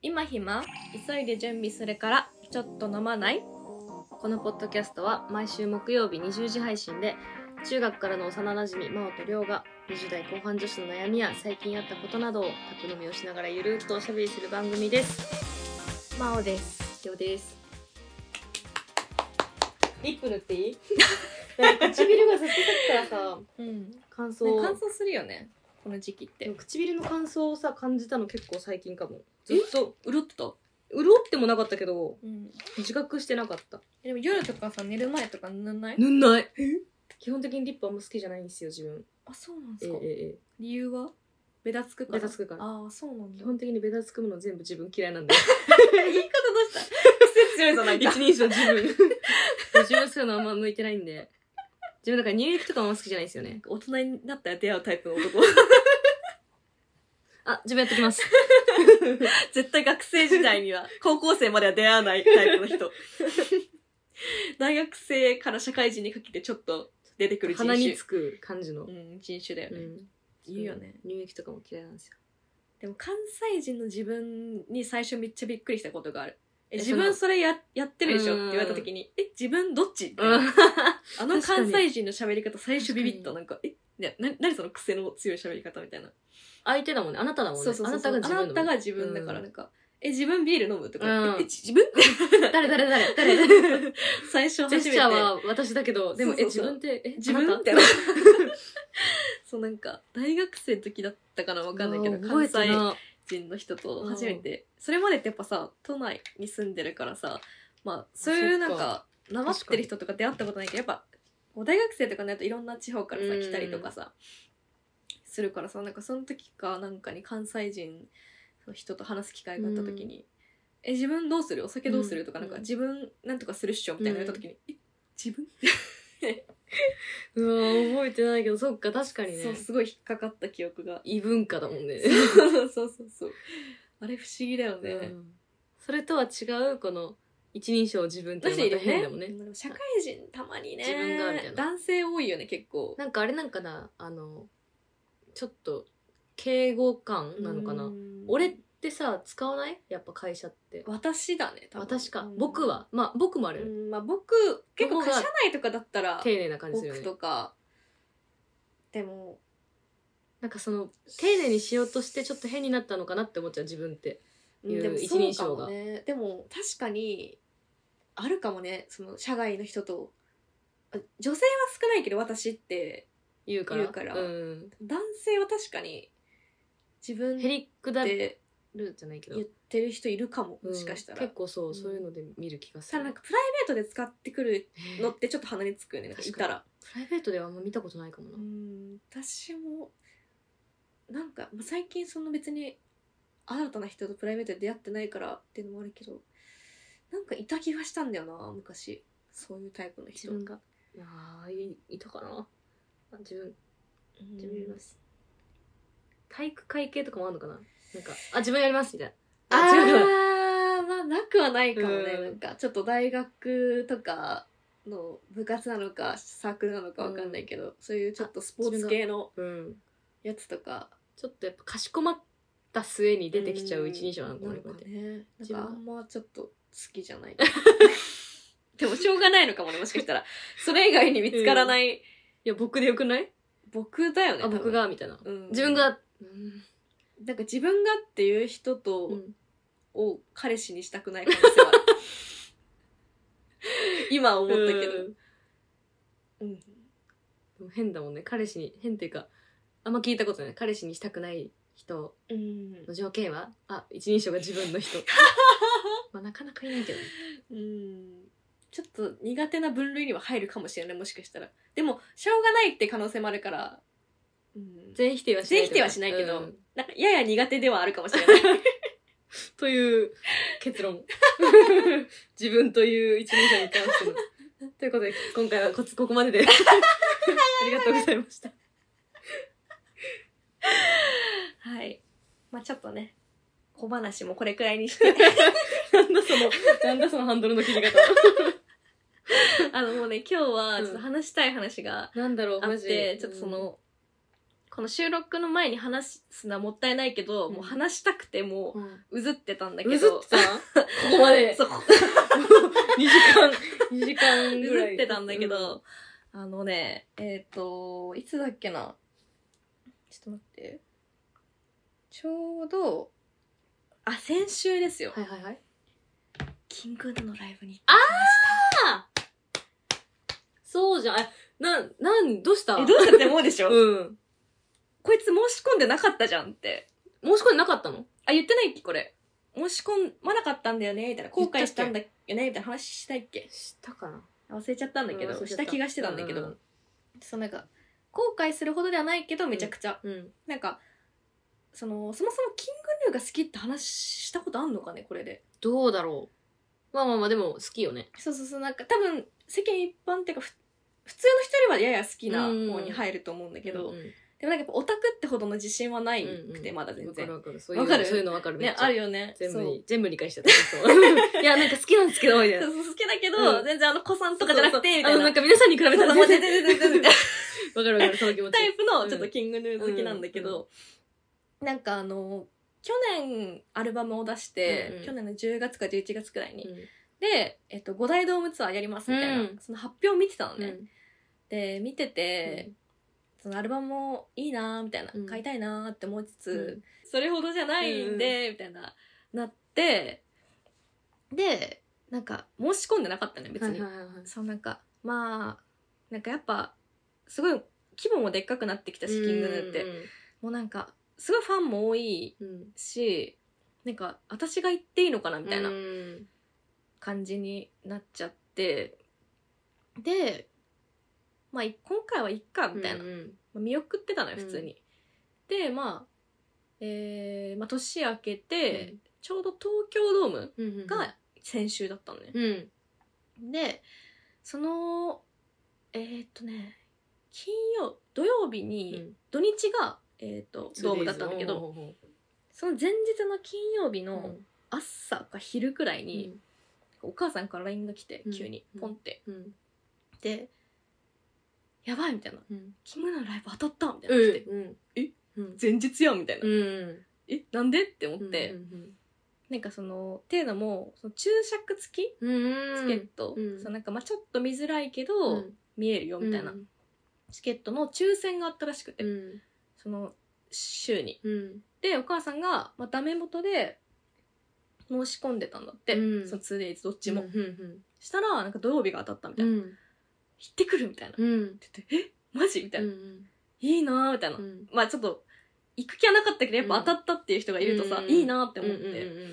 今暇？急いで準備するからちょっと飲まない？このポッドキャストは毎週木曜日20時配信で、中学からの幼馴染真央と亮が20代後半女子の悩みや最近あったことなどを宅飲みをしながらゆるっとおしゃべりする番組です。 真央です。 亮です。 リップ塗っていい？唇がずっと立ったらさ、 乾燥、 ね、乾燥するよね、この時期って。 唇の乾燥をさ感じたの結構最近かも。ずっと潤ってた？ 潤ってもなかったけど、自覚してなかった。 でも夜とかさ、寝る前とか塗んない？ 塗んない。基本的にリップあんま好きじゃないんですよ、自分。 あ、そうなんですか。 理由は？ベタつくから。 ベタつくから。 ああ、そうなんだ。 基本的にベタつくもの全部自分嫌いなんで。 言い方どうした？癖強いじゃないか。 一人称自分。自分そういうのあんま向いてないんで。自分だから乳液とかも好きじゃないですよね。 大人になったら出会うタイプの男。 あ、自分やってきます。 絶対学生時代には、高校生までは出会わないタイプの人。大学生から社会人にかけてちょっと出てくる人種。 鼻につく感じの。 人種だよね。言うよね。 乳液とかも嫌いなんですよ。 でも関西人の自分に最初めっちゃびっくりしたことがある。自分それやってるでしょって言われた時に、自分どっち？あの関西人の喋り方最初ビビッとなんか、何その癖の強い喋り方みたいな。 相手だもんね。あなただもんね。 そうあなたが自分。 あなたが自分だからなんか、自分ビール飲むとか、自分誰最初初めて。 ジェスチャーは私だけど、でも、自分って、 自分みたいな。そうなんか、大学生の時だったかなわかんないけど、関西人の人と初めて、それまでってやっぱさ、都内に住んでるからさ、まあ、そういうなんか、なまってる人とか出会ったことないけど、やっぱ、大学生とかになるといろんな地方からさ、来たりとかさ、するからさ、なんかその時かなんかに関西人の人と話す機会があった時に、自分どうする？お酒どうする？とかなんか自分なんとかするっしょみたいな言った時に、自分うわ覚えてないけど、そっか、確かにね。 そう、すごい引っかかった記憶が。 異文化だもんね。 そう。あれ不思議だよね。 それとは違う、この、一人称自分っていうのが変だもんね。 社会人たまにね、 自分がみたいな。 男性多いよね、結構。 なんかあれなんかな、ちょっと、敬語感なのかな。俺ってさ、使わない？やっぱ会社って。 私だね、 多分。私か。僕は。まあ、僕もある。 まあ、僕、結構社内とかだったら、 丁寧な感じするよね。 僕とか。でも、 なんかその、丁寧にしようとしてちょっと変になったのかなって思っちゃう、自分って。いう一人称が。 でも、確かに、あるかもね、その、社外の人と。女性は少ないけど、私って言うから。 男性は確かに、自分へりくだるじゃないけど言ってる人いるかも、もしかしたら。 結構そういうので見る気がする。 ただなんかプライベートで使ってくるのってちょっと鼻につくよね、なんかいたら。 プライベートではあんま見たことないかもな。 私も、なんか、最近その別に、新たな人とプライベートで出会ってないからっていうのもあるけど、なんかいた気がしたんだよな、昔。そういうタイプの人。 自分が。いたかな。自分やります。体育会系とかもあるのかな。なんか、自分やりますみたいな。 まあ、なくはないかもね。なんか、ちょっと大学とかの部活なのか、サークルなのかわかんないけど、そういうちょっとスポーツ系のやつとか。 ちょっとやっぱかしこまった末に出てきちゃう一人称なのかな。 なんかね、なんかあんまちょっと好きじゃない。でもしょうがないのかもね、もしかしたら。それ以外に見つからない。いや、僕でよくない？ 僕だよね。 僕が、みたいな。自分が、 なんか自分がっていう人と、を彼氏にしたくない可能性はある。今思ったけど。 でも変だもんね。彼氏に、変っていうか、あんま聞いたことない。彼氏にしたくない人の条件は、一人称が自分の人。まあなかなかいないけどね。 ちょっと苦手な分類には入るかもしれない、もしかしたら。でも、しょうがないって可能性もあるから、 全否定はしないけど、なんかやや苦手ではあるかもしれない。 という結論。自分という一人称に関しての。ということで、今回はここまでで。ありがとうございました。 はい。まあちょっとね、小話もこれくらいにして。 なんだそのハンドルの切り方。 もうね、今日はちょっと話したい話があって、ちょっとその、 この収録の前に話すのはもったいないけど、もう話したくてもう、うずってたんだけど。 うずってたここまで。 そう。 2時間ぐらい。 うずってたんだけど、いつだっけな。ちょっと待って。ちょうど、先週ですよ。 はいはいはい。 キングヌーのライブに行ってきました。 そうじゃん。どうしたどうしたって思うでしょうん。 こいつ申し込んでなかったじゃんって。 申し込んでなかったの？ 言ってないっけこれ。申し込まなかったんだよねみたいな。後悔したんだよねみたいな話したいっけ？ したかな？ 忘れちゃったんだけど、した気がしてたんだけど、そうなんか、後悔するほどではないけど、めちゃくちゃ。なんか、そもそもキングヌーが好きって話したことあんのかねこれで。 どうだろう。まあでも好きよね。 そう、なんか多分、世間一般っていうか、普通の人よりはやや好きな方に入ると思うんだけど、でもなんかやっぱオタクってほどの自信はないくて、まだ全然。 わかる。そういうのわかるね、あるよね。 全部理解しちゃった。いや、なんか好きなんですけど、みたいな。 好きだけど、全然子さんとかじゃなくて、みたいな。 なんか皆さんに比べたら全然。 わかる、その気持ち。 タイプのちょっとキングヌー好きなんだけど、なんか去年アルバムを出して、去年の10月か11月くらいに。で、5大ドームツアーやりますみたいな、その発表を見てたのね。で、見てて、そのアルバムもいいなーみたいな、買いたいなーって思いつつ、それほどじゃないんで、みたいな、なって、で、なんか、申し込んでなかったね、別に。そう、なんか、まあ、なんかやっぱ、すごい、規模もでっかくなってきたし、キングヌーって。もうなんか、すごいファンも多いし、なんか、私が言っていいのかなみたいな感じになっちゃって、で、まあ、今回はいっか、みたいな。見送ってたのよ、普通に。で、まあ、年明けて、ちょうど東京ドームが先週だったのね。で、土曜日に、土日が、ドームだったんだけど、その前日の金曜日の朝か昼くらいに、お母さんから LINE が来て、急に、ポンって。で、やばいみたいな。キングヌーのライブ当たったみたいな来て。前日やんみたいな。なんでって思って。なんかっていうのも、注釈付きチケット。なんかちょっと見づらいけど、見えるよみたいな。チケットの抽選があったらしくて。その週に。で、お母さんが、ダメ元で申し込んでたんだって。その 2days どっちも。したら、なんか土曜日が当たったみたいな。行ってくるみたいな。って言って、マジみたいな。いいなーみたいな。まあちょっと、行く気はなかったけど、やっぱ当たったっていう人がいるとさ、いいなーって思って。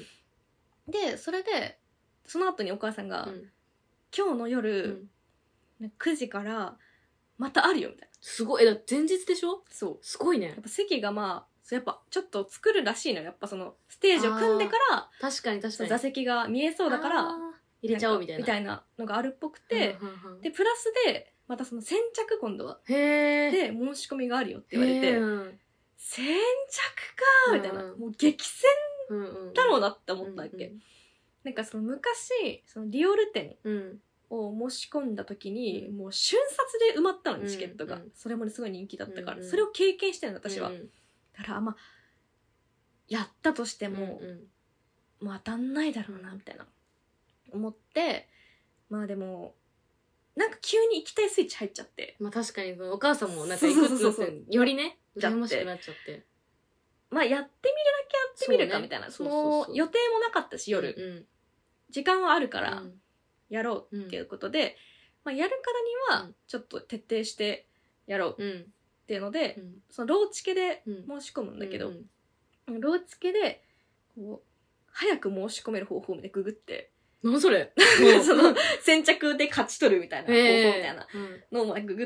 で、それで、その後にお母さんが、今日の夜、9時から、またあるよみたいな。 すごい。だ前日でしょ？そう。すごいね。 やっぱ席がやっぱちょっと作るらしいのよ。やっぱステージを組んでから、 確かに座席が見えそうだから、 入れちゃおうみたいな。 みたいなのがあるっぽくて、で、プラスで、また先着今度は。で、申し込みがあるよって言われて、先着かーみたいな。もう激戦だろうなって思ったわけ。なんか昔、リオル店を申し込んだ時に、もう瞬殺で埋まったのにチケットが。それもすごい人気だったから。それを経験してるの、私は。だから、やったとしても、もう当たんないだろうな、みたいな。思って、でも、なんか急に行きたいスイッチ入っちゃって。 確かに、お母さんもなんか行くってよりね、羨ましくなっちゃって。 やってみるだけやってみるか、みたいな。予定もなかったし、夜。時間はあるから、やろうっていうことで、やるからには、ちょっと徹底してやろうっていうので、そのローチケで申し込むんだけど、ローチケで、早く申し込める方法でググって、 何それ先着で勝ち取るみたいな方法みたいなのをググって、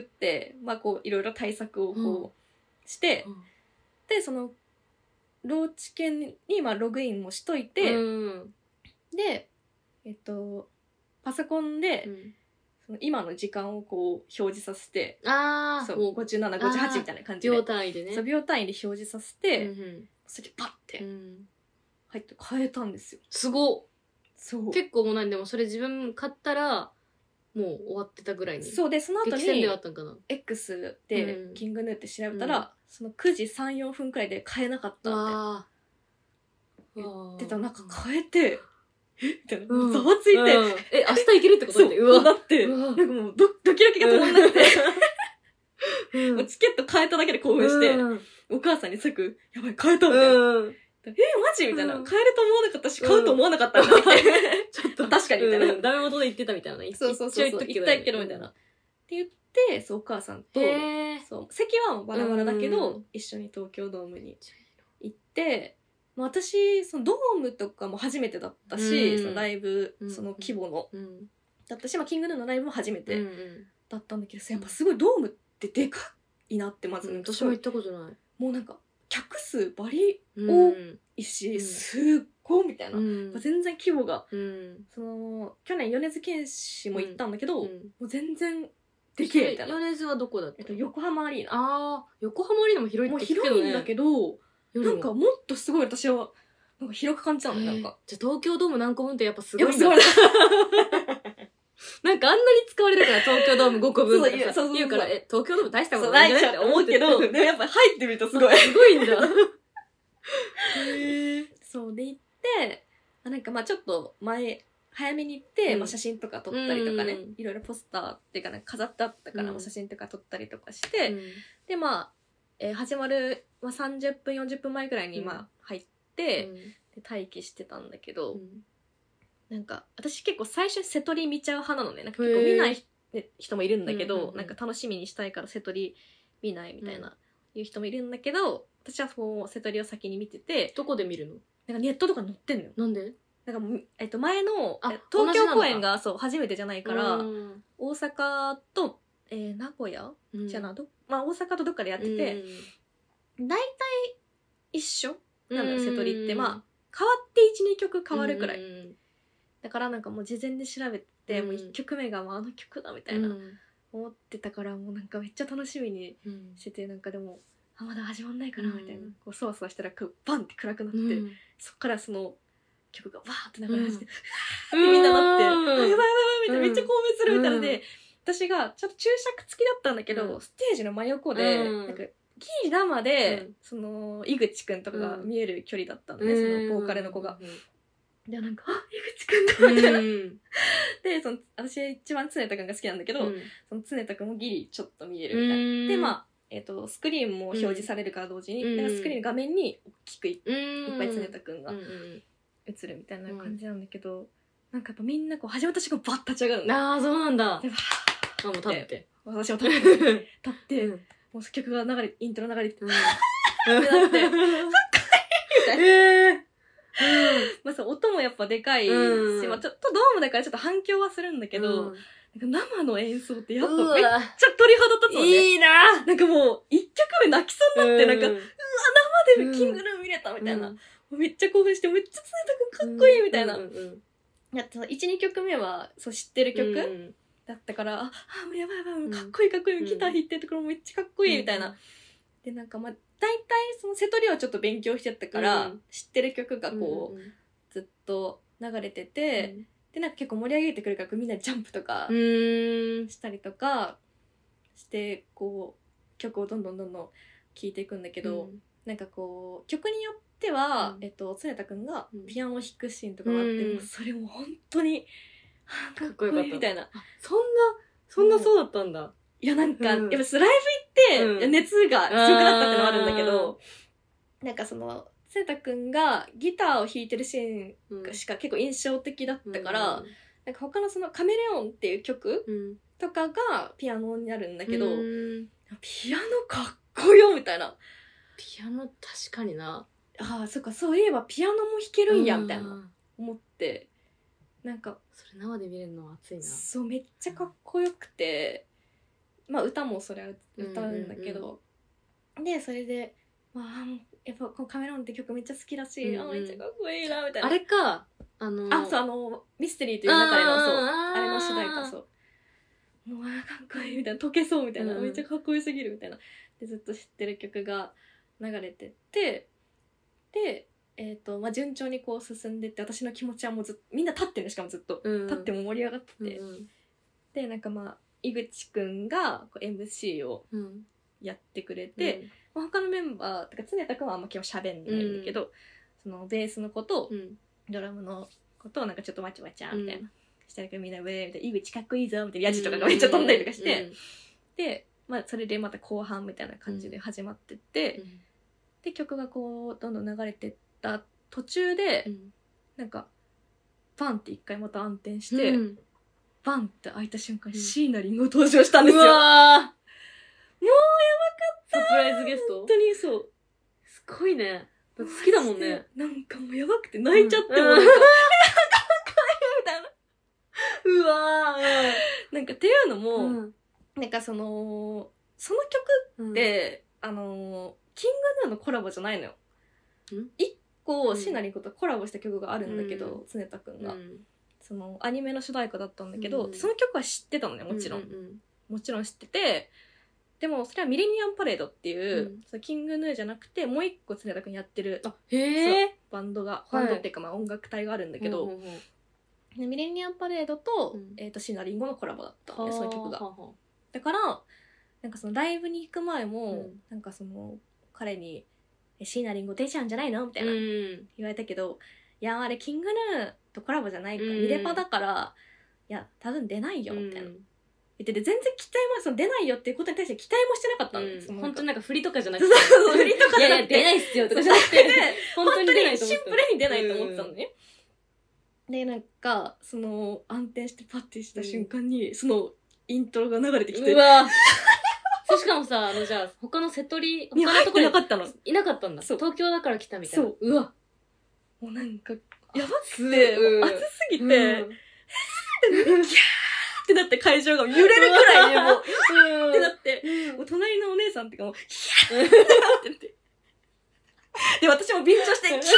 いろいろ対策をして、で、ローチケにログインもしといて、で、パソコンで、今の時間を表示させて、そう、57、58みたいな感じで。 秒単位でね。 そう、秒単位で表示させて、それでパッて、入って変えたんですよ。 すごっ。 そう。 結構もうでもそれ自分買ったら、 もう終わってたぐらいに。 そうで、その後激戦にではあったんかな。 X でうんキングヌーって調べたら、その9時3、4分くらいで買えなかったってあ言あ。 ってた。なんか買えて、えみたいな。 うんざわついて、 うんえ、明日行けるってことで、 そう、だって、 うわなんかもうドキドキが止まんなくて、 うんもうチケット買えただけで興奮して、 うんお母さんにすぐ、やばい、買えたみたいな。 うんマジみたいな。 うん買えると思わなかったし、買うと思わなかったんだって。 ちょっと確かにみたいな。 ダメ元で言ってたみたいなね。 そうそうそう。 一応行きたいけど、みたいな。って言って、そう、お母さんと、 へーそう、席はバラバラだけうどん、 一緒に東京ドームに行って、まあ私、そのドームとかも初めてだったし、 うんそのライブ、 うんその規模の、 うんだったし、まあキングヌーのライブも初めうんてだったんだけどさ、やっぱすごいドームってでかいなってまず、 私も行ったことない。 もうなんか、客数バリうんいいし、 うんすっごいみたいな。 うん全然規模が、 うんその、去年米津玄師も行ったんだけど、もうんう全然でけえみたいな。 米津はどこだった？ 横浜アリーナ。 ああ、横浜アリーナも広いもうって聞くけどね。 広いんだけど、 夜もなんかもっとすごい私は、なんか広く感じたの、なんか。 じゃあ東京ドーム何個分ってやっぱすごいんだ。 やっぱすごい。 なんかあんなに使われるから東京ドーム5個分とかさそうそう言うから、東京ドーム大したこそう、 となじゃないいって思うけど、でもやっぱ入ってみるとすごい。 すごいんだ。 そうで行って、なんかまあちょっと早めに行って、 うんまあ写真とか撮ったりとかね、 うんいろいろポスターっていうかね、飾ってあったから、 うん写真とか撮ったりとかして、でまあ、始まる、まあ、30分40分前くらいにまあ入って、で待機してたんだけど、なんか私結構最初に瀬戸り見ちゃう派なのね。なんか結構見ない人もいるんだけど、なんか楽しみにしたいから瀬戸り見ないみたいな、いう人もいるんだけど、私はもう瀬戸りを先に見てて、 どこで見るの？ なんかネットとか載ってんのよ。 なんで？ なんかもう、前のあ東京公演がそう初めてじゃないから、 うん大阪と、名古屋、じゃなまあ大阪とどっかでやってて、大体一緒なのよ、瀬戸りって。まあ変わって1、2曲変わるくらい。だからなんかもう事前で調べて、もう1曲目がもうあの曲だみたいな思ってたから、もうなんかめっちゃ楽しみにしてて、なんかでもまだ始まんないかなみたいな、こうそわそわしたらバンって暗くなって、そっからその曲がバーって流れ始めて、ってみんななって、やばいやばいやばいみたいな、めっちゃ興奮するみたいなで、私がちょっと注釈付きだったんだけど、ステージの真横で、なんかギリ生で、その井口くんとかが見える距離だったのね、そのボーカルの子が。で、なんか、井口くんだみたいな。で、私一番常田くんが好きなんだけど、その常田くんもギリちょっと見えるみたいな。で、まあ、スクリーンも表示されるから同時に、だからスクリーンの画面に大きくいっぱい常田くんが映るみたいな感じなんだけど、なんかやっぱみんなこう始まった瞬間バッ立ち上がるの。 ああ、そうなんだ。 で、バあ、もう立って。 私も立って、もう曲がイントロ流れて、ってなって、かっこいいみたいな。まあそう、音もやっぱでかいし、まあちょっとドームだからちょっと反響はするんだけど、なんか生の演奏ってやっぱめっちゃ鳥肌立つのね。 いいな。 なんかもう、一曲目泣きそうになって、なんか、うわ、生でキングルー見れたみたいな。めっちゃ興奮して、めっちゃ常田くんかっこいいみたいな。やった1、2曲目は、そう知ってる曲だったから、もうやばいやばい、かっこいいかっこいい、ギター弾いてるところめっちゃかっこいいみたいな。で、なんかまあ、大体その瀬戸りをちょっと勉強してたから、知ってる曲がこう、ずっと流れてて、で、なんか結構盛り上げてくるから、みんなジャンプとかしたりとかして、こう、曲をどんどん聴いていくんだけど、なんかこう、曲によっては、常田くんがピアノを弾くシーンとかがあって、もうそれも本当に、かっこいいみたいな。 そんなそうだったんだ。 いや、なんか、やっぱライブ行って、熱が強くなったってのはあるんだけど、なんかその、常田くんがギターを弾いてるシーンがしか結構印象的だったから、なんか他のそのカメレオンっていう曲とかがピアノになるんだけど、ピアノかっこよみたいな。 ピアノ確かにな。 ああ、そっか、そういえばピアノも弾けるんや、みたいな思って、なんか、 それ生で見れるのは熱いな。 そう、めっちゃかっこよくて、まあ歌もそれは歌うんだけど、で、それで、まあ、やっぱこのカメロンって曲めっちゃ好きだし、めっちゃかっこいいな、みたいな。 あれか、 そう、ミステリーという中での、そう、あれの主題歌、そう。もう、かっこいいみたいな、溶けそうみたいな、めっちゃかっこよすぎるみたいな。で、ずっと知ってる曲が流れてって、で、まあ、順調にこう進んでって、私の気持ちはもうみんな立ってるの、しかもずっと。立っても盛り上がってて。 でなんかまあ井口くんがこう MC をやってくれて、まあ、他のメンバーとか常田くんはあんま基本喋んないんだけど、そのベースの子とドラムの子となんかちょっとわちゃわちゃみたいな、したらみんなウェーみたいな井口かっこいいぞみたいなヤジとかがめっちゃ飛んだりとかして、で、まあ、それでまた後半みたいな感じで始まってって、で曲がこうどんどん流れてった途中で、なんかバンって一回また暗転して、バンって開いた瞬間、椎名林檎登場したんですよ。うわー、もうやばかった。 サプライズゲスト？ 本当にそう。 すごいね。好きだもんね。 なんかもうやばくて泣いちゃってもなんか、かっこいいみたいな。うわー。なんかっていうのも、なんかその曲って、キングヌーのコラボじゃないのよ。一個椎名林檎とコラボした曲があるんだけど、常田くんが。そのアニメの主題歌だったんだけど、その曲は知ってたのね、もちろん。もちろん知ってて、でもそれはミレニアムパレードっていう、そのキングヌーじゃなくてもう一個常田くんやってるバンドっていうかまあ音楽隊があるんだけど、でミレニアムパレードと椎名林檎のコラボだったんで、その曲が。だからなんかそのライブに行く前も、なんかその彼に椎名林檎出ちゃうんじゃないのみたいな言われたけど、いやあれキングヌーとコラボじゃないから、ミレパだからいや多分出ないよみたいな言ってて、全然期待もその出ないよっていうことに対して期待もしてなかったの。 本当になんか振りとかじゃなくて、 振りとかじゃなくて、 いやいや出ないっすよとかじゃなくて、 本当にシンプルに出ないと思ってたのね。でなんかその暗転してパッてした瞬間に、そのイントロが流れてきて、 うわしかもさ、じゃあ他の瀬戸り他のところいなかったの。 いなかったんだ。東京だから来たみたいな。 そう。うわ。もうなんかやばくて、熱すぎて、キャーってなって会場が揺れるくらいにもうってなって、もう隣のお姉さんってかもうキャーってなってて、で私も便乗してキャーって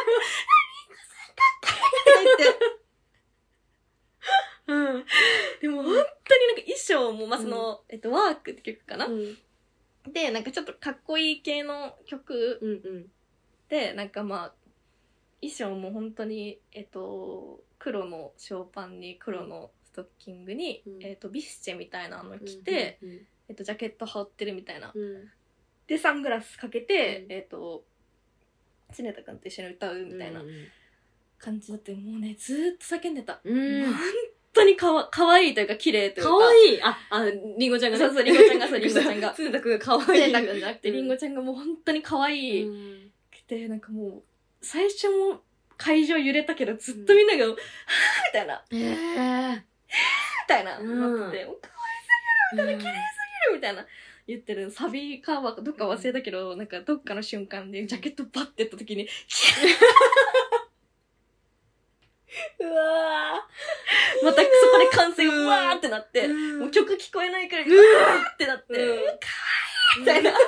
言って、でも本当になんか衣装もまあそのワークって曲かな、でなんかちょっとかっこいい系の曲で、なんかまあ衣装も本当に黒のショーパンに黒のストッキングに、ビスチェみたいなの着て、ジャケット羽織ってるみたいな、でサングラスかけて、常田くんと一緒に歌うみたいな感じだって、もうねずーっと叫んでた。本当にかわいいというか綺麗というか。 かわいい。りんごちゃんがね。 そうりんごちゃんがりんごちゃんが。 常田くんがかわいい。 常田くんじゃなくてりんごちゃんがもう本当にかわいい。でなんかもう最初も会場揺れたけどずっとみんなが、はぁみたいな。みたいな。なってて、かわいすぎるみたいな、綺麗すぎるみたいな。言ってるサビかはどっか忘れたけど、なんかどっかの瞬間でジャケットバッてやった時に、うわーまたそこで歓声がうわーってなって、もう曲聞こえないくらい、うわーってなって、かわいいみたいな。や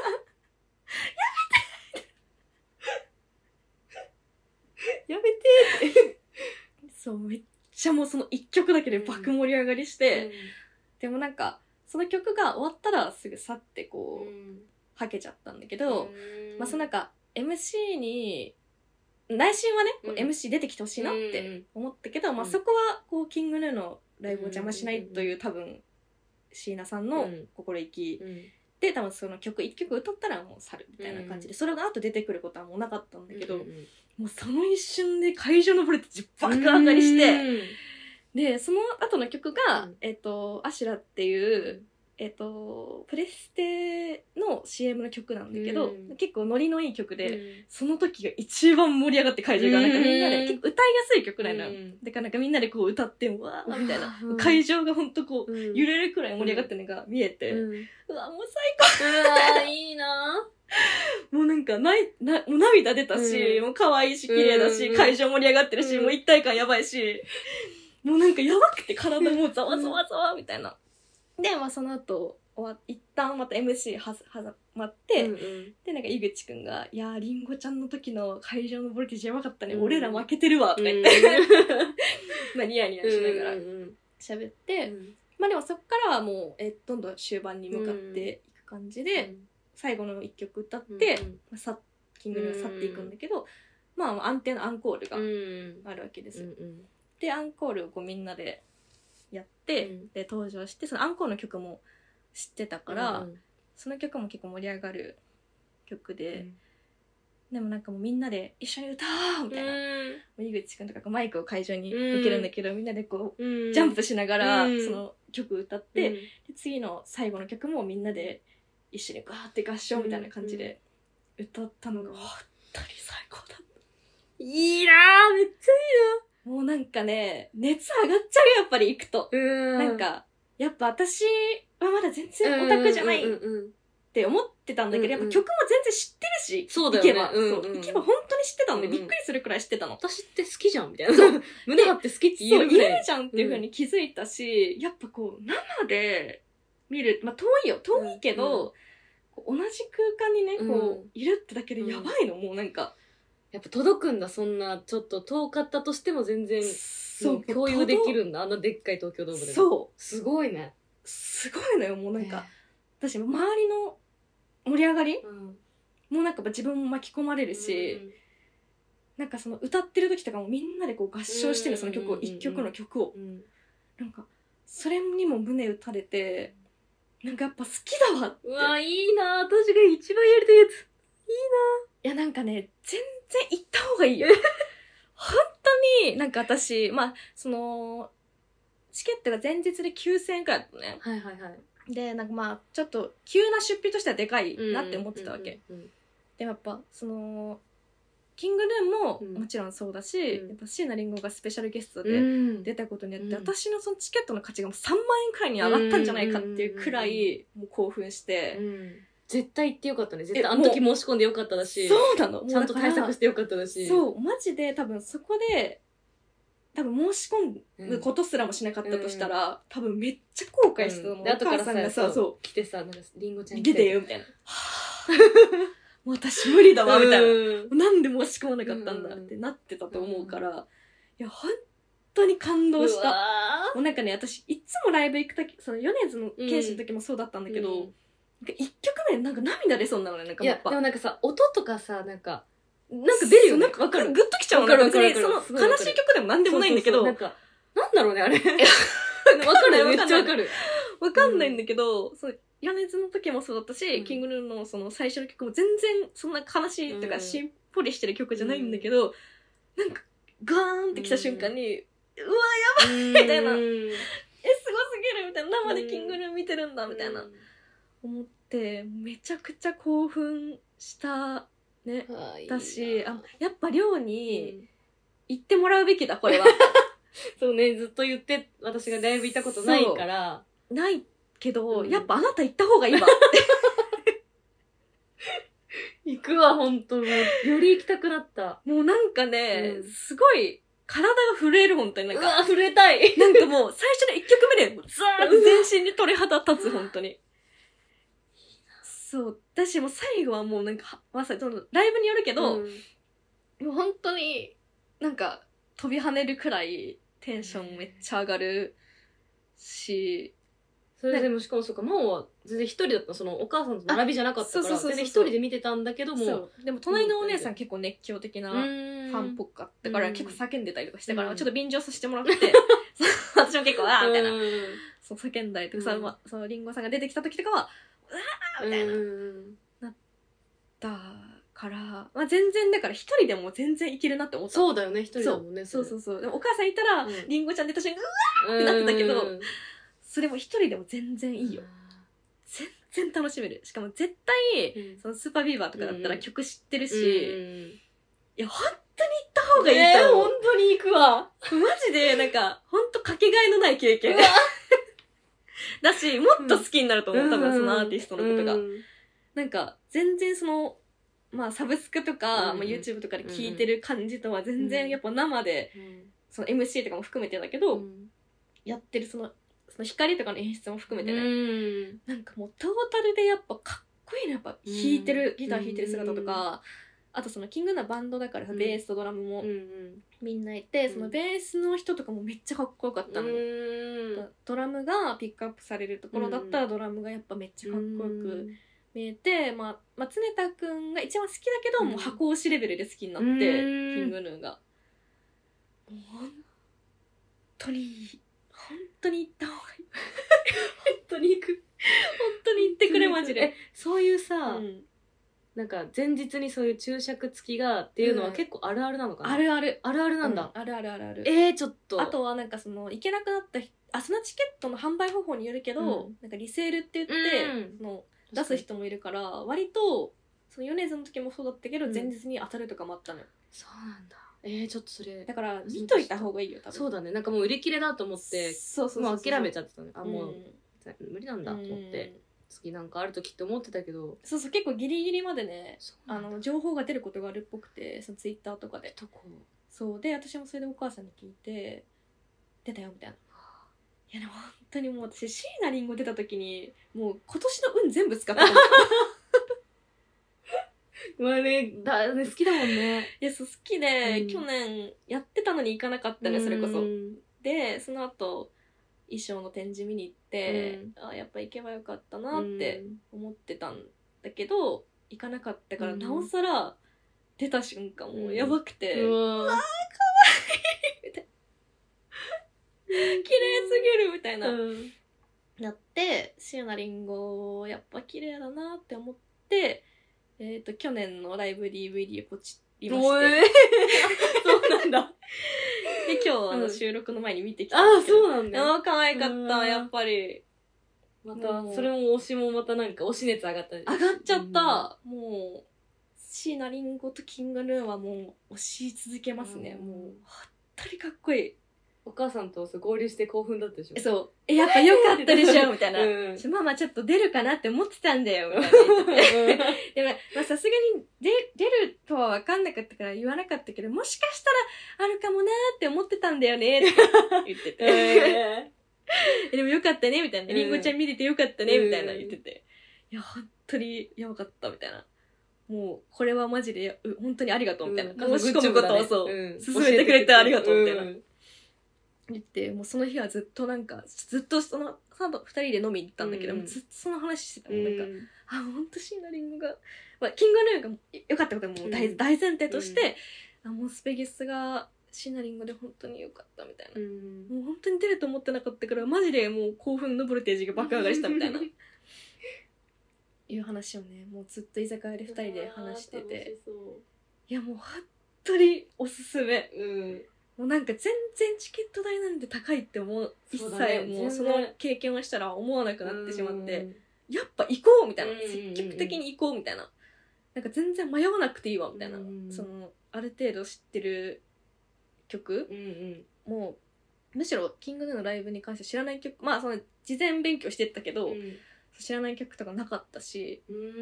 めてって。そう、めっちゃもうその一曲だけで爆盛り上がりして、でもなんか、その曲が終わったらすぐ去ってこう、はけちゃったんだけど、まあそのなんか、MC に、内心はね、MC 出てきてほしいなって思ったけど、まあそこは、こう、キングヌーのライブを邪魔しないという多分、椎名さんの心意気で、多分その曲、一曲歌ったらもう去るみたいな感じで、それが後出てくることはもうなかったんだけど、もうその一瞬で会場のボルテージ爆上がりして、で、その後の曲が、アシュラっていう、プレステの CM の曲なんだけど、結構ノリのいい曲で、その時が一番盛り上がって会場が、なんかみんなで結構歌いやすい曲なのよ。だからなんかみんなでこう歌って、わーみたいな。会場がほんとこう、揺れるくらい盛り上がってるのが見えて、うわ、もう最高。 うわ、いいなもうなんかもう涙出たし、もう可愛いし綺麗だし、会場盛り上がってるし、もう一体感やばいし、もうなんかやばくて体もうざわざわざわみたいな。で、まあその後、一旦また MC はまって、で、なんか井口くんが、いやー、りんごちゃんの時の会場のボルテージやばかったね、俺ら負けてるわ、とか言って、まあニヤニヤしながら喋って、まあでもそっからはもう、どんどん終盤に向かっていく感じで、最後の一曲歌って、キングヌーが去っていくんだけど、まあ安定のアンコールがあるわけですよ。で、アンコールをこうみんなでやって、 うんで登場して、そのアンコールの曲も知ってたから、 うんその曲も結構盛り上がる曲で、 うんでもなんかもうみんなで一緒に歌おうみたいな、井口くんとかがマイクを会場に受けるんだけど、みんなでこうジャンプしながらその曲歌って、で次の最後の曲もみんなで一緒にガーって合唱みたいな感じで歌ったのが本当に最高だった。 いいなぁ、めっちゃもうなんかね、熱上がっちゃうよ、やっぱり行くと。 いいな。 なんか、やっぱ私はまだ全然オタクじゃないって思ってたんだけど、やっぱ曲も全然知ってるし、 そうだよね。 行けば、そう行けば本当に知ってたんで、びっくりするくらい知ってたの。 私って好きじゃんみたいな。胸張って好きって言えるぐらい。 言えるじゃんっていう風に気づいたし、やっぱこう、生で見る、まあ遠いけど、同じ空間にね、こう、いるってだけでやばいの、もうなんか。 やっぱ届くんだ、そんな、ちょっと遠かったとしても全然、そう共有できるんだ、あんなでっかい東京ドームで。 そう。 すごいね。 すごいのよ、もうなんか。私、周りの盛り上がり、もうなんか自分も巻き込まれるし、なんかその歌ってる時とかもみんなでこう合唱してるその曲を、一曲の曲を。なんか、それにも胸打たれて、なんかやっぱ好きだわって。 うわ、いいな、私が一番やりたいやつ。いいな。 いやなんかね、全然行った方がいいよ。本当になんか私、まあ、その、チケットが前日で9000円くらいだったね。 はいはいはい。 で、なんかまあ、ちょっと急な出費としてはでかいなって思ってたわけ。でもやっぱ、その、キングルーンももちろんそうだし、やっぱ椎名林檎がスペシャルゲストで出たことによって、私のそのチケットの価値がもう3万円くらいに上がったんじゃないかっていうくらいもう興奮して、 絶対行ってよかったね。絶対あの時申し込んでよかっただし、 そうなの。 ちゃんと対策してよかっただし。 そう、マジで多分そこで、多分申し込むことすらもしなかったとしたら、多分めっちゃ後悔してたの。 で、後からさ、 そう来てさ、なんかリンゴちゃん出てよみたいな。もう私無理だわみたいな。なんで申し込まなかったんだってなってたと思うから、いや、本当に感動した。もうなんかね、私いつもライブ行くとき、その米津の剣士の時もそうだったんだけど、一曲目なんか涙出そうなのね、なんかやっぱ。 でもなんかさ、音とかさ、なんか出るよね。なんかわかる。グッときちゃうの。別にその悲しい曲でもなんでもないんだけど。 なんか、なんだろうね、あれ。わかる、めっちゃわかる。 わかんないんだけど、米津の時もそうだったし、キングルーのその最初の曲も全然そんな悲しいとかしっぽりしてる曲じゃないんだけど、なんかガーンってきた瞬間に、うわ、やばいみたいな。すごすぎるみたいな。生でキングルー見てるんだみたいな。思って、めちゃくちゃ興奮したね。だし、やっぱ寮に行ってもらうべきだ、これは。 そうね、ずっと言って、私がライブ行ったことないから。 ないけど、やっぱあなた行った方がいいわ。 行くわ、ほんと。もう、より行きたくなった。 もうなんかね、すごい、体が震える、ほんとになんか。 うわ、震えたい。 なんかもう、最初の1曲目で、ザーッと全身に鳥肌立つ、ほんとに。そう。私もう最後はもうなんか、まさにそのライブによるけど、もう本当になんか飛び跳ねるくらいテンションめっちゃ上がるし、 それでもしかもそうか、真央は全然一人だった、そのお母さんと並びじゃなかったから、全然一人で見てたんだけども。 でも隣のお姉さん結構熱狂的なファンっぽかったから、結構叫んでたりとかしてから、ちょっと便乗させてもらって、私も結構、あーみたいな、そう叫んだりとかさ、そのリンゴさんが出てきた時とかは、うわーみたいな、なったから、まあ全然だから一人でも全然いけるなって思った。 そうだよね、一人だもんね。 そう。でもお母さんいたら、リンゴちゃん出た瞬間、うわーってなってたけど、それも一人でも全然いいよ。全然楽しめる。しかも絶対、そのスーパービーバーとかだったら曲知ってるし、いや、本当に行った方がいいと思う。 本当に行くわ。 マジで、なんか、本当かけがえのない経験。だし、もっと好きになると思う、多分そのアーティストのことが。なんか、全然その、まあサブスクとか、まあ、YouTube とかで聴いてる感じとは全然やっぱ生で、その MC とかも含めてだけど、やってるその光とかの演出も含めてね、なんかもうトータルでやっぱかっこいいの、やっぱギター弾いてる姿とか、あとそのキングなバンドだからさ、ベースとドラムもみんないて、そのベースの人とかもめっちゃかっこよかったの。ドラムがピックアップされるところだったらドラムがやっぱめっちゃかっこよく見えて、まあ常田くんが一番好きだけど、もう箱推しレベルで好きになって、キングヌーが。もう本当にいい。 本当に行った方がいい。 本当に行く。 本当に行ってくれ、マジで。 そういうさ、 うんなんか前日にそういう注釈付きがっていうのは結構あるあるなのかな、 あるある。 あるあるなんだ。 あるあるあるある。 ちょっと。 あとはなんかその行けなくなったそのチケットの販売方法によるけど、なんかリセールって言って、その出す人もいるから、割と、その米津の時もそうだったけど、前日に当たるとかもあったのよ。 そうなんだ。ちょっとそれ。 だから見といた方がいいよ、多分。 そうだね。なんかもう売り切れだと思って、もう諦めちゃってたね。もう、無理なんだと思って。次なんかあるときって思ってたけど、 そう結構ギリギリまでね情報が出ることがあるっぽくて、そのツイッターとかでそうで、私もそれでお母さんに聞いて出たよみたいな。いやでも本当にもう私椎名林檎出た時にもう今年の運全部使ったまあね、好きだもんね。 いやそう好きで、去年やってたのに行かなかったね、それこそ。でその後衣装の展示見に行って、やっぱ行けばよかったなって思ってたんだけど、行かなかったからなおさら出た瞬間もうやばくて、うわーかわいいみたいな綺麗すぎるみたいな、なって椎名林檎やっぱ綺麗だなって思って、去年のライブ DVD をポチりまして、 そうなんだ。 で今日収録の前に見てきたんですけど、 そうなんだ。 可愛かったやっぱり。 またそれも推しもまたなんか推し熱上がった。 上がっちゃった。もう椎名林檎とキングヌーはもう推し続けますね。もう本当にかっこいい。 お母さんと合流して興奮だったでしょ。 そうやっぱ良かったでしょみたいな、ママちょっと出るかなって思ってたんだよみたいな言ってでもさすがに出るとは分かんなかったから言わなかったけど、もしかしたらあるかもなーって思ってたんだよねって言っててでもよかったねみたいな、りんごちゃん見れてよかったねみたいな言ってて、いや本当にやばかったみたいな、もうこれはマジで本当にありがとうみたいな、申し込むことを勧めてくれてありがとうみたいな言って、もうその日はずっとその2人で飲みに行ったんだけど、ずっとその話してたもん。なんか本当椎名林檎が、キングヌーが良かったことはもう大前提として、もうスペギスが椎名林檎で本当に良かったみたいな、もう本当に出ると思ってなかったからマジでもう興奮のボルテージが爆上がりしたみたいないう話をね、もうずっと居酒屋で2人で話してて、いやもう本当におすすめ。もうなんか全然チケット代なんて高いって一切もうその経験をしたら思わなくなってしまって、やっぱ行こうみたいな、積極的に行こうみたいな、なんか全然迷わなくていいわみたいな、そのある程度知ってる曲、もうむしろキングヌーのライブに関して知らない曲、まあその事前勉強してったけど、知らない曲とかなかったし、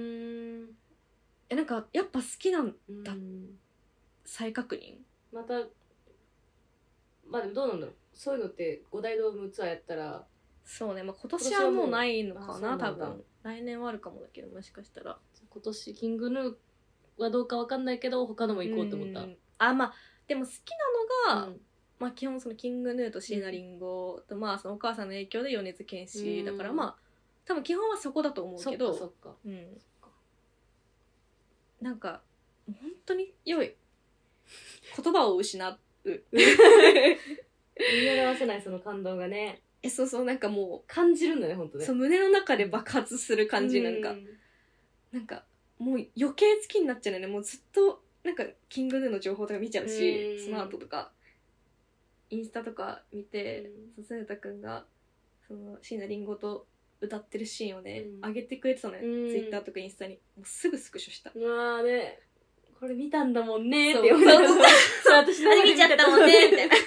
なんかやっぱ好きなんだ、再確認。 またまあでもどうなんだろう、そういうのって五大ドームツアーやったら、 そうね、まあ、今年はもうないのかな、多分来年はあるかもだけど、もしかしたら今年キングヌーはどうかわかんないけど他のも行こうと思った。 まあでも好きなのが、まあ基本そのキングヌーと椎名林檎と、まあそのお母さんの影響で米津玄師だから、まあ多分基本はそこだと思うけど、 そっかなんか本当に良い、言葉を失う言い表せないその感動がね。 そうなんかもう感じるんだね、本当ね。 そう胸の中で爆発する感じ、なんかもう余計好きになっちゃうよね。もうずっとなんかキングヌーの情報とか見ちゃうし、その後とかインスタとか見て、常田くんがその椎名林檎と歌ってるシーンをね、上げてくれてたのよ、ツイッターとかインスタに。もうすぐスクショした。 うわーね、これ見たんだもんねーって思って、私の見ちゃったもんねみたいな。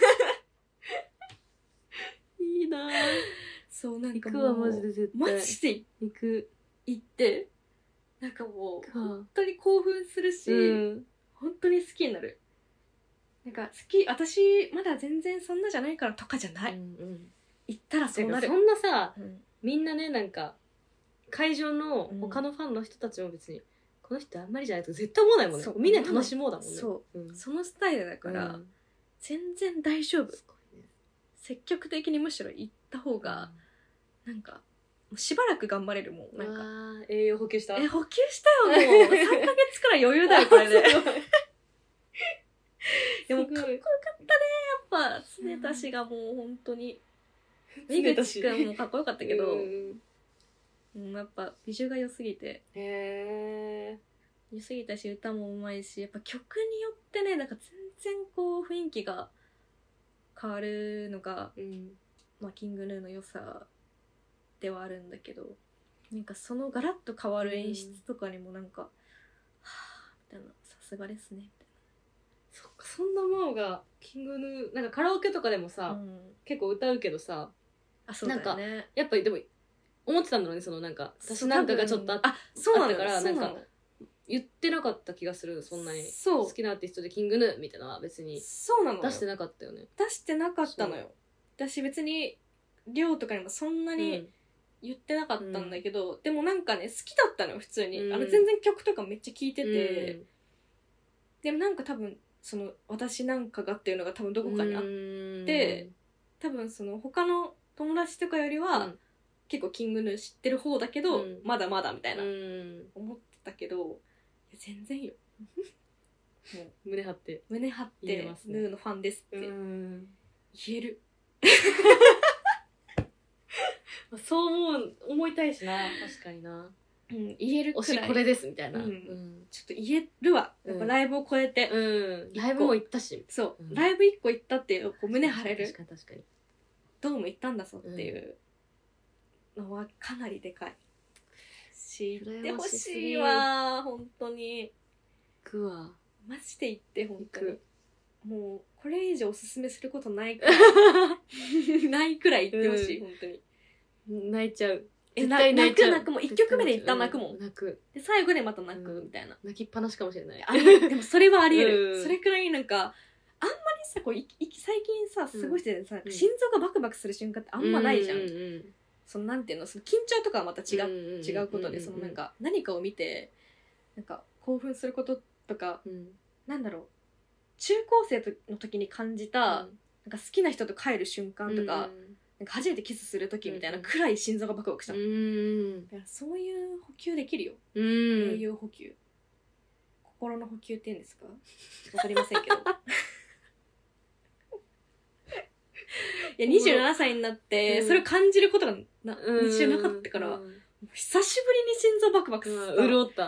いいなぁ。 そうなんかもう行くわマジで絶対。 マジで行ってなんかもう本当に興奮するし、本当に好きになる。なんか私まだ全然そんなじゃないからとかじゃない。行ったらそうなる。 そんなさ、みんなね、なんか会場の他のファンの人たちも別に、この人あんまりじゃないと絶対思わないもんね。みんな楽しもうだもんね。そう、 そのスタイルだから、全然大丈夫。積極的にむしろ行った方が、なんかしばらく頑張れるもん。なんか栄養補給した。 補給したよ。もう3ヶ月くらい余裕だよこれで。でもかっこよかったね、やっぱ常田氏がもう本当に井口くんもかっこよかったけど、 うんやっぱ美女が良すぎて、 へえ。 良すぎたし歌もうまいし、やっぱ曲によってね、なんか全然こう雰囲気が変わるのが、まあキングヌーの良さではあるんだけど、なんかそのガラッと変わる演出とかにもなんか、はぁみたいな、さすがですねみたいそっか、そんな真央がキングヌーなんかカラオケとかでもさ、 な、 結構歌うけどさ、 あ、そうだよね。 やっぱりでも思ってたんだろうね、そのなんか私なんかがちょっとそうなのあったからそうなのなんか言ってなかった気がする。そんなにそう好きなアーティストでキングヌーみたいなのは別にそうなのよ出してなかったよね。 出してなかったのよ。私別に亮とかにもそんなに言ってなかったんだけど、でもなんかね好きだったのよ普通に、全然曲とかめっちゃ聴いてて、でもなんか多分その私なんかがっていうのが多分どこかにあって、多分その他の友達とかよりは、結構キングヌー知ってる方だけど、まだまだみたいな、思ってたけど、全然よ。もう胸張ってヌーのファンですって言える。 そう思いたいしな、確かにな。 言えるくらい。 推しこれですみたいな。ちょっと言えるわ。やっぱライブを超えて。 ライブも行ったし。 そう。ライブ1個行ったっていう、胸張れる。 確かに確かに。 ドーム行ったんだぞっていうのはかなりでかい。知ってほしいわ、本当に。 行くわ。 マジで行って、本当に。もう、これ以上おすすめすることないくらい。ないくらい行ってほしい、本当に。 泣いちゃう。 泣くもう1曲目で一旦泣くもん。 泣く。 で、最後でまた泣くみたいな。 泣きっぱなしかもしれない。 でもそれはあり得る。それくらいなんか、あんまりさ、こう最近さ、過ごしててさ、心臓がバクバクする瞬間ってあんまないじゃん。そのなんていうの、その緊張とかはまた違うことで、そのなんか何かを見て、なんか興奮することとか、なんだろう、中高生の時に感じた、なんか好きな人と帰る瞬間とか、なんか初めてキスする時みたいなくらい心臓がバクバクしたの。そういう補給できるよ。栄養補給。心の補給って言うんですか？わかりませんけど。いや、27歳になって、それを感じることが日中なかったから、久しぶりに心臓バクバクした。 潤った。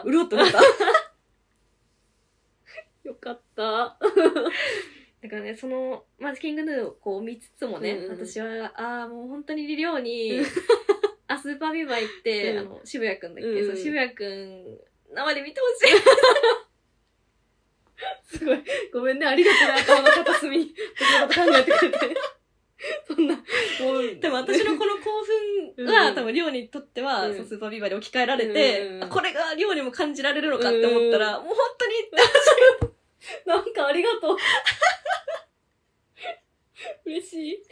よかった。 だからね、まずキングヌーをこう見つつもね、私は、もう本当にリリョウに、スーパービバ行って、渋谷くんだっけ、そう、渋谷くん、生で見てほしい。すごい。ごめんね、ありがとうね、頭の片隅に。私のこと考えてくれて。そんな、もう、 でも私のこの興奮が、多分リョウにとっては、スーパービバで置き換えられて、これがリョウにも感じられるのかって思ったら、もう本当に、 なんかありがとう。嬉しい。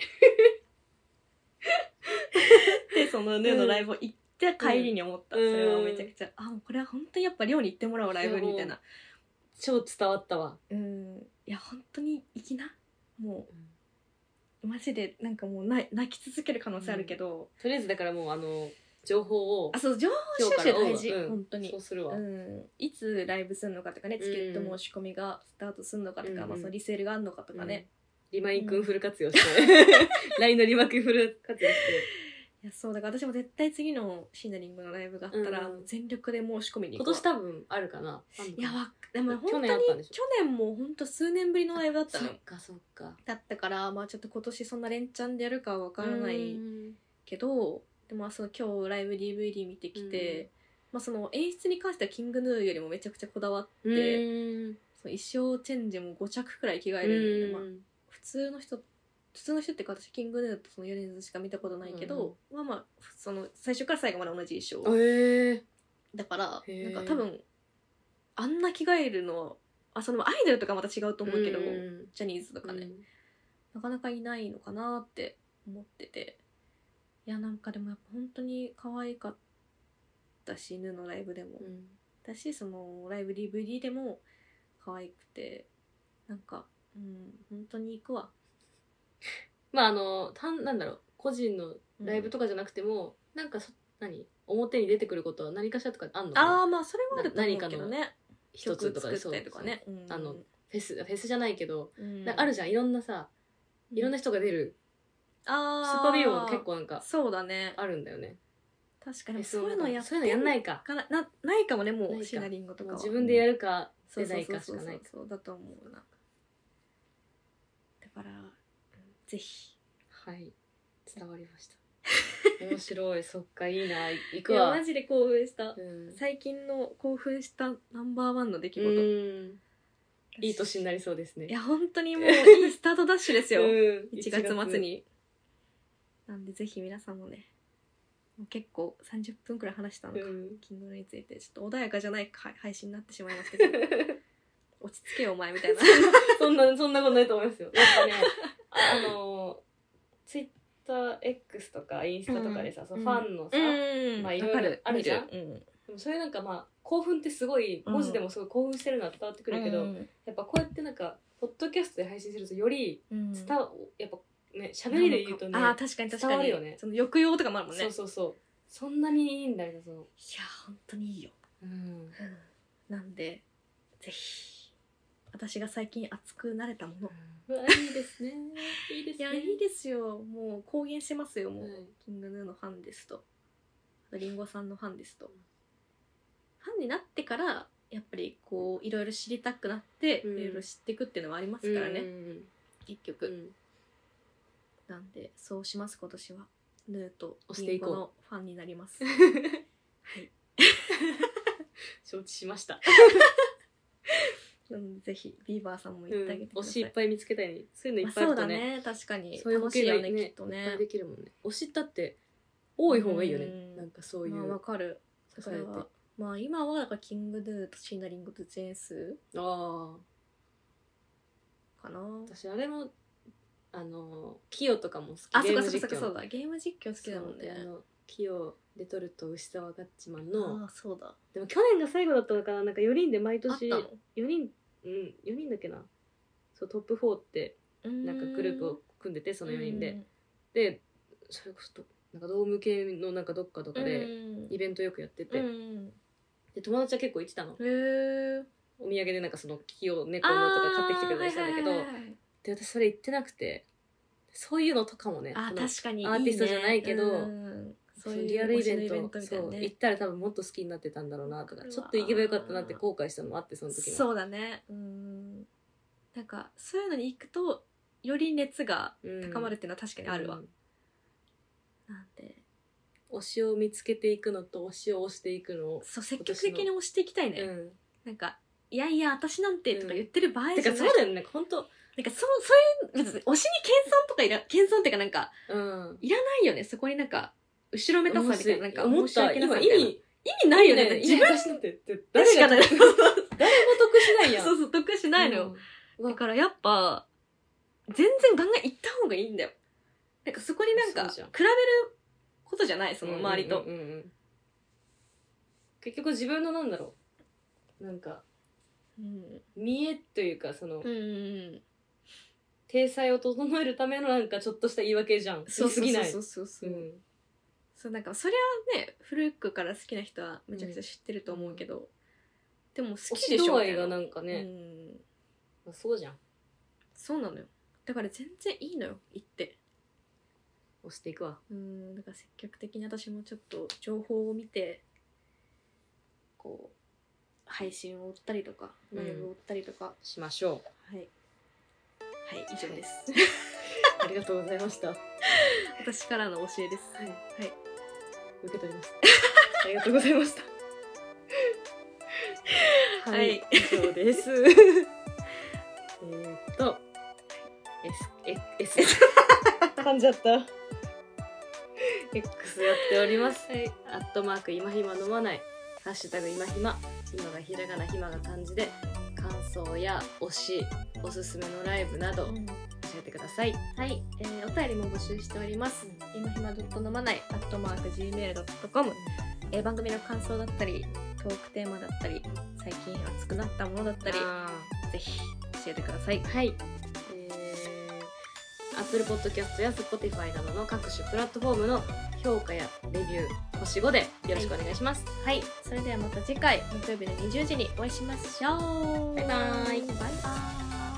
で、そのヌーのライブを行って帰りに思った。それはめちゃくちゃ、もうこれは本当にやっぱリョウに行ってもらうライブみたいな。 超伝わったわ。 いや、本当に行きな。もう、マジでなんかもう泣き続ける可能性あるけど。 とりあえずだからもう情報を。 そう、情報収集大事。本当に。 そうするわ。 いつライブするのかとかね、チケット申し込みがスタートするのかとか、そのリセールがあるのかとかね。 リマインくんフル活用して。LINE のリマくんフル活用して。 いや、そう、だから私も絶対次のシーナリングのライブがあったら、全力で申し込みに行く。 今年多分あるかな。 いや、でも本当に、去年も本当数年ぶりのライブだったの。 そっかそっか。 だったから、ちょっと今年そんな連チャンでやるかはわからないけど、でも今日ライブ DVD 見てきて、その演出に関してはキングヌーよりもめちゃくちゃこだわって、衣装チェンジも5着くらい着替えるんで、普通の人っていうか、私キングヌーとその米津しか見たことないけど、その最初から最後まで同じ衣装、だからなんか多分あんな着替えるのはそのアイドルとかまた違うと思うけど、ジャニーズとかね、なかなかいないのかなって思ってて、いや、なんかでもやっぱ本当に可愛かったし、ヌーのライブでも、だし、そのライブ DVD でも可愛くて、なんか本当に行くわ。 なんだろう、個人のライブとかじゃなくても、なんか表に出てくることは何かしらとかあんのかな。それはあると思うけどね。一つとかでそうとかね。フェスじゃないけど、あるじゃん、いろんな人が出るスーパービーボーも結構なんかそうだねあるんだよね。 確かにそういうのやんないかないかもね。もうシナリンゴとかは自分でやるか出ないかしかないか。 そうだと思うな。だからぜひ。 はい伝わりました面白い。そっかいいな行くわ。 いやマジで興奮した、最近の興奮したナンバーワンの出来事。 いい年になりそうですね。 いや本当にもういいスタートダッシュですよ1月末に。なんでぜひ皆さんもね、もう結構30分くらい話したのか、キングについてちょっと穏やかじゃない配信になってしまいますけど落ち着けよお前みたいなそんなことないと思いますよ。やっぱねツイッター X とかインスタとかでさ、そのファンのさ、まあいろいろあるじゃん。でもそれなんかまあ興奮ってすごい文字でもすごい興奮してるのは伝わってくるけど、やっぱこうやってなんかポッドキャストで配信するとよりやっぱね喋りで言うとね、 確かに伝わるよね。 その抑揚とかもあるもんね。 そうそんなにいいんだよ。そのいや本当にいいよ。なんでぜひ私が最近熱くなれたもの、 いいですね。いいですね。 いやいいですよ。もう公言しますよ。もう、キングヌーのファンですと、リンゴさんのファンですと。ファンになってからやっぱりこういろいろ知りたくなっていろいろ知っていくっていうのはありますからね、結局、なんでそうします。今年はヌーとリンゴのファンになりますはい承知しましたぜひビーバーさんも言ってあげてください。 推しいっぱい見つけたいね。そういうのいっぱいあるとね。 そうだね、確かにそういう楽しいよね、きっとね。 いっぱいできるもんね。推しだって多い方がいいよね。なんかそういう。 わかる。それはまあ今はだからキングドゥとシナリングとジェンスかな。 私あれもキヨとかも好き。 そうだ、ゲーム実況好きだもんね。 キヨレトルト牛沢ガッチマンの。 そうだ。 でも去年が最後だったのかな。なんか4人で毎年4人だっけな。そうトップ4ってなんかグループを組んでて、その4人でそれこそなんかドーム系のなんかどっかでイベントよくやってて、で友達は結構行ってたの。お土産でなんかそのキヨ猫のとか買ってきてくれたりしたんだけど、で私それ行ってなくて、そういうのとかもね、 確かにアーティストじゃないけど、 そういうリアルイベントみたいなね、 行ったら多分もっと好きになってたんだろうなとか、ちょっと行けばよかったなって後悔したのもあって、その時も。そうだね。なんかそういうのに行くとより熱が高まるっていうのは確かにあるわ。なんで推しを見つけていくのと推しを推していくのを積極的に推していきたいね。なんかいやいや私なんてとか言ってる場合じゃない。 てかそうだよね、本当。 なんかそういう別に推しに謙遜っていうかなんか、いらないよね。そこになんか後ろめたさみたいな、なんか申し訳なさみたいな。意味ないよね。自分って誰も得しないやん。そう得しないのよ。だからやっぱ全然ガンガン行った方がいいんだよ。なんかそこになんか比べることじゃない、その周りと。 結局自分のなんだろう、なんか見栄というかその体裁を整えるためのなんかちょっとした言い訳じゃん。 そうなんかそれはね、古くから好きな人はめちゃくちゃ知ってると思うけど、でも好きでしょ。 推し度合いがなんかね、そうじゃん。 そうなのよ。だから全然いいのよ、行って押していくわ。 だから積極的に私もちょっと情報を見て、こう配信を追ったりとかライブを追ったりとかしましょう。はい以上ですありがとうございました。 私からの教えです。 受け取りますありがとうございましたはい、以上です噛んじゃったX やっております。@今暇飲まない、ハッシュタグ今暇、今がひらがな、暇が漢字で感想や推し、おすすめのライブなど教えてください。 お便りも募集しております。今暇飲まない @gmail.com、番組の感想だったりトークテーマだったり最近熱くなったものだったりぜひ教えてください。 Apple Podcast や Spotify などの各種プラットフォームの評価やレビュー星5でよろしくお願いします。 それではまた次回木曜日の20時にお会いしましょう。 バイバーイ。 バイバーイ。